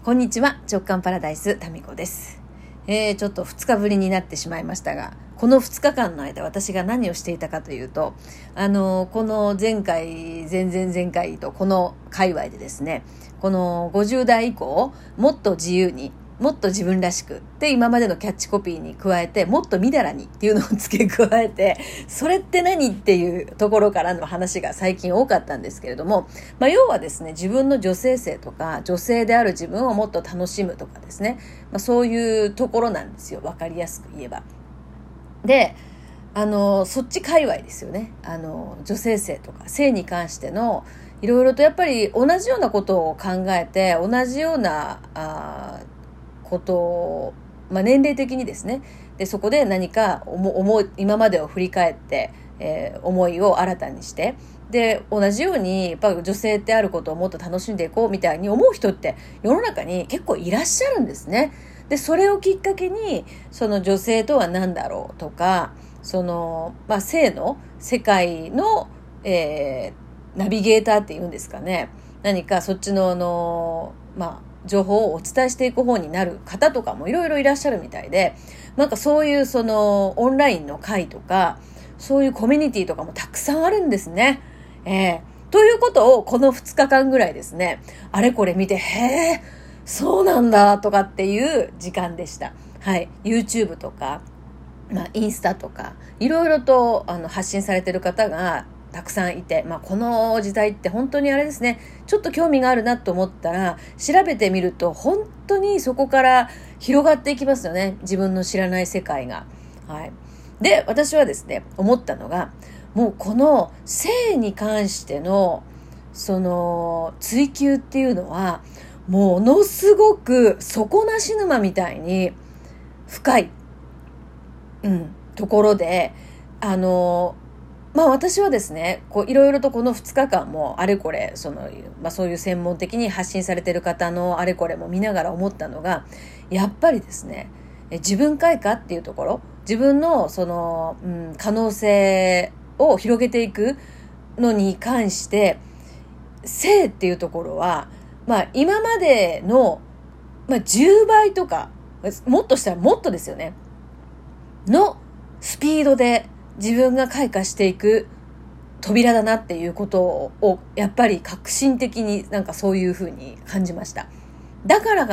こんにちは、直感パラダイスタミコです。ちょっと2日ぶりになってしまいましたが、この2日間の間私が何をしていたかというと、この前回、前々前回とこの界隈でですね、この50代以降、もっと自由に、もっと自分らしくって今までのキャッチコピーに加えて、もっとみだらにっていうのを付け加えて、それって何っていうところからの話が最近多かったんですけれども、要はですね、自分の女性性とか女性である自分をもっと楽しむとかですね、そういうところなんですよ。わかりやすく言えば。で、そっち界隈ですよね。女性性とか性に関してのいろいろとやっぱり同じようなことを考えて、同じようなことを、年齢的にですね、でそこで何か今までを振り返って、思いを新たにして、で同じようにやっぱ女性ってあることをもっと楽しんでいこうみたいに思う人って世の中に結構いらっしゃるんですね。でそれをきっかけにその女性とは何だろうとか、その、性の世界の、ナビゲーターっていうんですかね、何かそっちの情報をお伝えしていく方になる方とかもいろいろいらっしゃるみたいで、そういうそのオンラインの会とかそういうコミュニティとかもたくさんあるんですね。ということをこの2日間ぐらいですね、あれこれ見て、そうなんだとかっていう時間でした。はい、YouTube とか、インスタとかいろいろと発信されてる方がたくさんいて、この時代って本当にあれですね、ちょっと興味があるなと思ったら調べてみると本当にそこから広がっていきますよね、自分の知らない世界が。はい。で、私はですね、思ったのが、もうこの性に関してのその追求っていうのはものすごく底なし沼みたいに深い、ところで、私はですね、いろいろとこの2日間もあれこれそういう専門的に発信されている方のあれこれも見ながら思ったのが、やっぱりですね、自分開花っていうところ、自分のその、可能性を広げていくのに関して性っていうところは、今までの、10倍とかもっとしたらもっとですよねのスピードで自分が開花していく扉だなっていうことをやっぱり革新的にそういう風に感じました。だから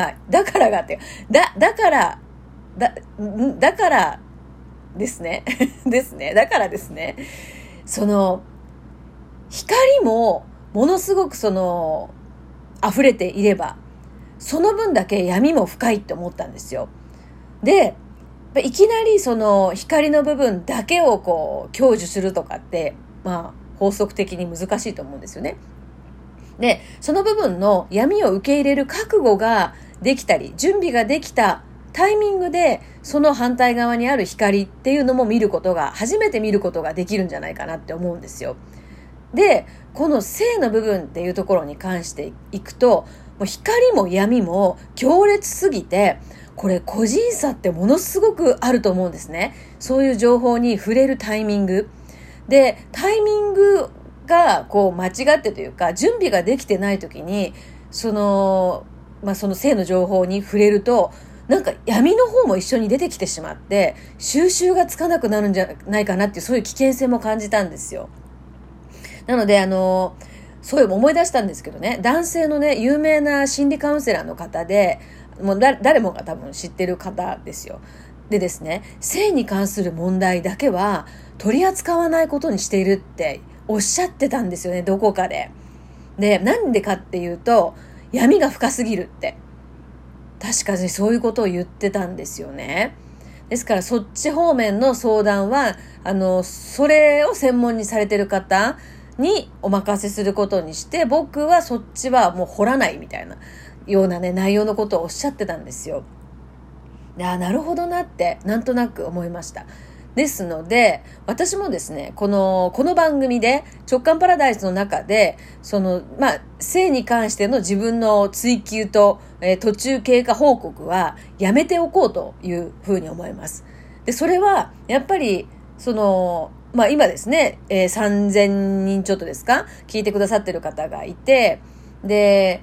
ですねですね、だからですね、その光もものすごく溢れていればその分だけ闇も深いって思ったんですよ。で、いきなりその光の部分だけを享受するとかって法則的に難しいと思うんですよね。で、その部分の闇を受け入れる覚悟ができたり、準備ができたタイミングでその反対側にある光っていうのも初めて見ることができるんじゃないかなって思うんですよ。で、この性の部分っていうところに関していくと、もう光も闇も強烈すぎて、これ個人差ってものすごくあると思うんですね。そういう情報に触れるタイミングで、タイミングが間違ってというか準備ができてない時にその性の情報に触れると、闇の方も一緒に出てきてしまって収集がつかなくなるんじゃないかなっていう、そういう危険性も感じたんですよ。なのでそういう思い出したんですけどね、男性のね、有名な心理カウンセラーの方で、もう誰もが多分知ってる方ですよ。でですね、性に関する問題だけは取り扱わないことにしているっておっしゃってたんですよね、どこかで。で、なんでかっていうと、闇が深すぎるって、確かにそういうことを言ってたんですよね。ですからそっち方面の相談はそれを専門にされてる方にお任せすることにして、僕はそっちはもう掘らないみたいなようなね、内容のことをおっしゃってたんですよ。なるほどなってなんとなく思いました。ですので、私もですね、この番組で直感パラダイスの中で性に関しての自分の追求と、途中経過報告はやめておこうというふうに思います。で、それはやっぱり今ですね、3000人ちょっとですか、聞いてくださってる方がいて、で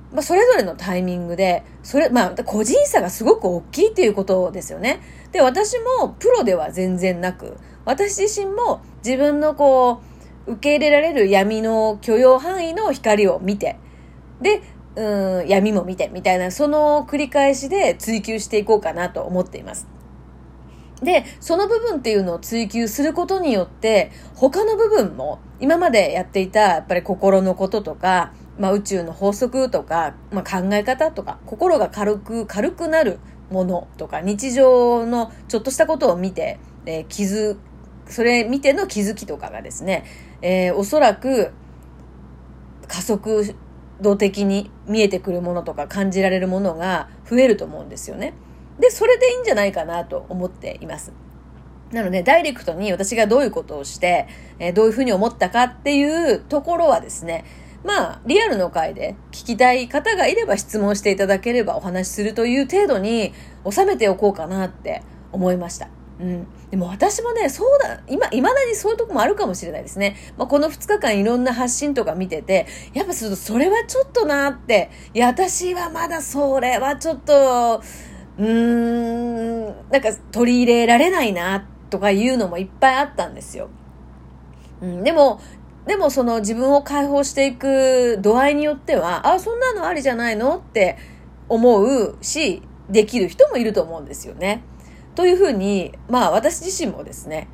それぞれのタイミングで、個人差がすごく大きいっていうことですよね。で、私もプロでは全然なく、私自身も自分の受け入れられる闇の許容範囲の光を見て、で、闇も見てみたいな、その繰り返しで追求していこうかなと思っています。で、その部分っていうのを追求することによって、他の部分も今までやっていたやっぱり心のこととか、宇宙の法則とか、考え方とか、心が軽くなるものとか、日常のちょっとしたことを見て、それ見ての気づきとかがですね、おそらく加速度的に見えてくるものとか感じられるものが増えると思うんですよね。で、それでいいんじゃないかなと思っています。なので、ダイレクトに私がどういうことをして、どういうふうに思ったかっていうところはですね、リアルの回で聞きたい方がいれば質問していただければお話しするという程度に収めておこうかなって思いました。でも私もね、未だにそういうとこもあるかもしれないですね。この2日間いろんな発信とか見てて、やっぱそれはちょっとなって、いや、私はまだそれはちょっと、なんか取り入れられないなとかいうのもいっぱいあったんですよ。でもその自分を解放していく度合いによっては、そんなのありじゃないのって思うし、できる人もいると思うんですよね。というふうに、私自身もですね、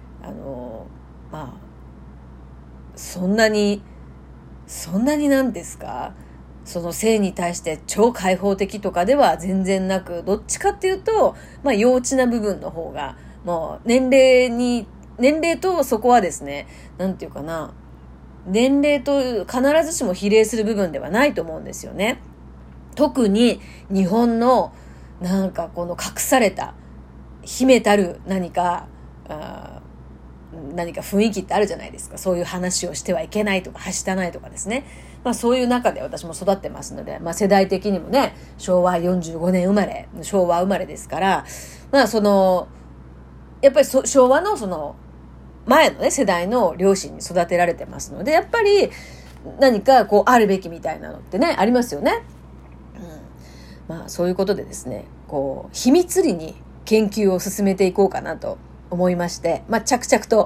そんなになんですか、その性に対して超開放的とかでは全然なく、どっちかっていうと、幼稚な部分の方が、もう年齢とそこはですね、なんていうかな、年齢と必ずしも比例する部分ではないと思うんですよね。特に日本のなんかこの隠された秘めたる何か雰囲気ってあるじゃないですか。そういう話をしてはいけないとか、はしたないとかですね。そういう中で私も育ってますので、世代的にもね、昭和45年生まれ、昭和生まれですから、やっぱり昭和のその前のね、世代の両親に育てられてますので、やっぱり何かあるべきみたいなのってね、ありますよね。そういうことでですね、秘密裏に研究を進めていこうかなと思いまして、着々と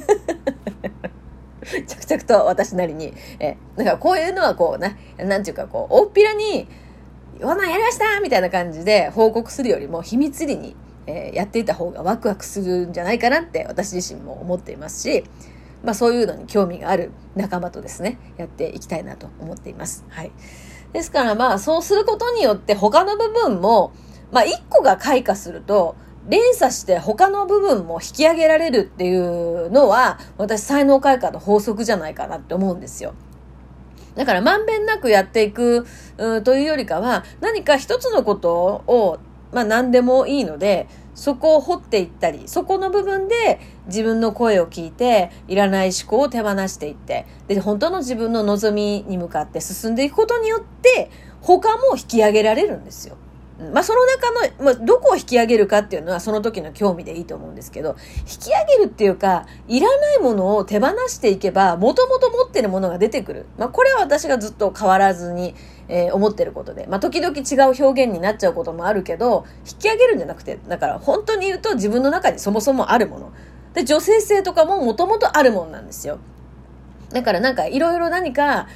私なりに、だからこういうのはなんていうか大っぴらに、やりましたみたいな感じで報告するよりも秘密裏に、やっていた方がワクワクするんじゃないかなって私自身も思っていますし、そういうのに興味がある仲間とですね、やっていきたいなと思っています。はい。ですからそうすることによって他の部分も、一個が開花すると、連鎖して他の部分も引き上げられるっていうのは、私才能開花の法則じゃないかなって思うんですよ。だからまんべんなくやっていくというよりかは、何か一つのことを、何でもいいので、そこを掘っていったり、そこの部分で自分の声を聞いて、いらない思考を手放していって、で、本当の自分の望みに向かって進んでいくことによって、他も引き上げられるんですよ。その中の、どこを引き上げるかっていうのはその時の興味でいいと思うんですけど、引き上げるっていうか、いらないものを手放していけば、もともと持ってるものが出てくる。これは私がずっと変わらずに、思ってることで、時々違う表現になっちゃうこともあるけど、引き上げるんじゃなくて、だから本当に言うと自分の中にそもそもあるもの。で、女性性とかももともとあるものなんですよ。だからいろいろ何か、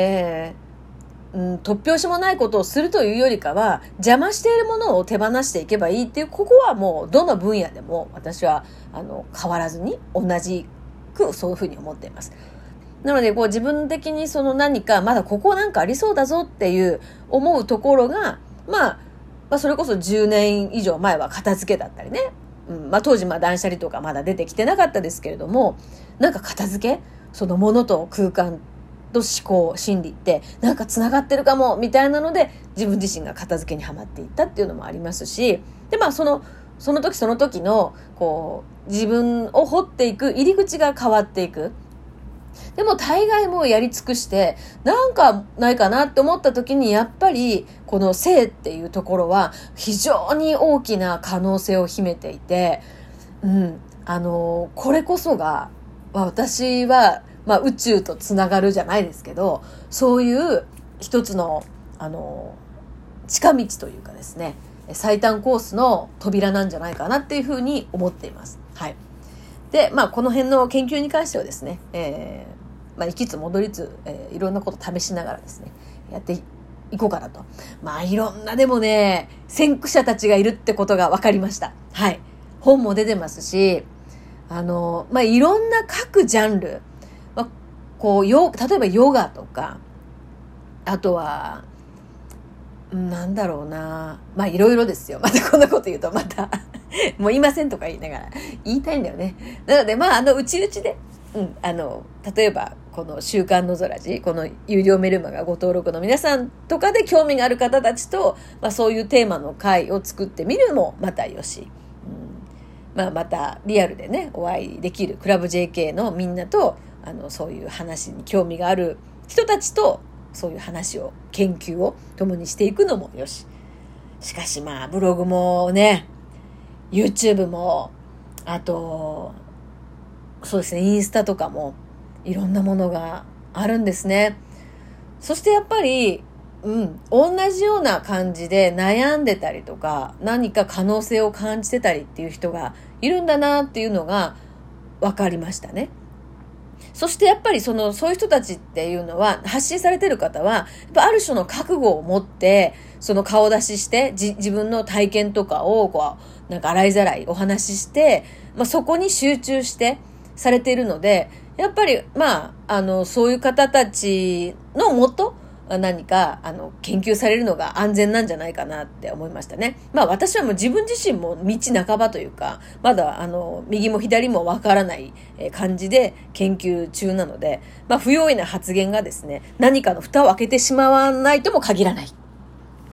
突拍子もないことをするというよりかは、邪魔しているものを手放していけばいいっていう、ここはもうどの分野でも私は変わらずに同じくそういうふうに思っています。なので自分的にその何かまだここなんかありそうだぞっていう思うところが、それこそ10年以上前は片付けだったりね、当時断捨離とかまだ出てきてなかったですけれども、なんか片付け、その物と空間と思考心理ってなんかつながってるかもみたいなので、自分自身が片付けにはまっていったっていうのもありますし、でその時その時の自分を掘っていく入り口が変わっていく。でも大概もうやり尽くしてなんかないかなって思った時に、やっぱりこの性っていうところは非常に大きな可能性を秘めていて、これこそが、私は宇宙とつながるじゃないですけど、そういう一つの近道というかですね、最短コースの扉なんじゃないかなっていうふうに思っています。はい。で、この辺の研究に関してはですね、行きつ戻りつ、いろんなこと試しながらですね、やっていこうかなと。いろんなでもね、先駆者たちがいるってことが分かりました。はい。本も出てますし、いろんな各ジャンル、例えばヨガとか、あとは、なんだろうな。いろいろですよ。またこんなこと言うとまた、もう言いませんとか言いながら、言いたいんだよね。なので、うちで、例えば、この週刊のぞらじ、この有料メルマガご登録の皆さんとかで興味がある方たちと、そういうテーマの会を作ってみるのもまたよし。またリアルでね、お会いできるクラブ JK のみんなと、そういう話に興味がある人たちと、そういう話を、研究を共にしていくのもよし。しかしブログもね、YouTube も、あと、そうですね、インスタとかも、いろんなものがあるんですね。そしてやっぱり、同じような感じで悩んでたりとか、何か可能性を感じてたりっていう人がいるんだなっていうのが分かりましたね。そしてやっぱりそういう人たちっていうのは、発信されてる方は、やっぱある種の覚悟を持って、顔出しして、自分の体験とかを洗いざらいお話しして、そこに集中してされているので、やっぱり、そういう方たちのもと、何か、研究されるのが安全なんじゃないかなって思いましたね。私はもう自分自身も道半ばというか、まだ、右も左もわからない感じで研究中なので、不用意な発言がですね、何かの蓋を開けてしまわないとも限らない。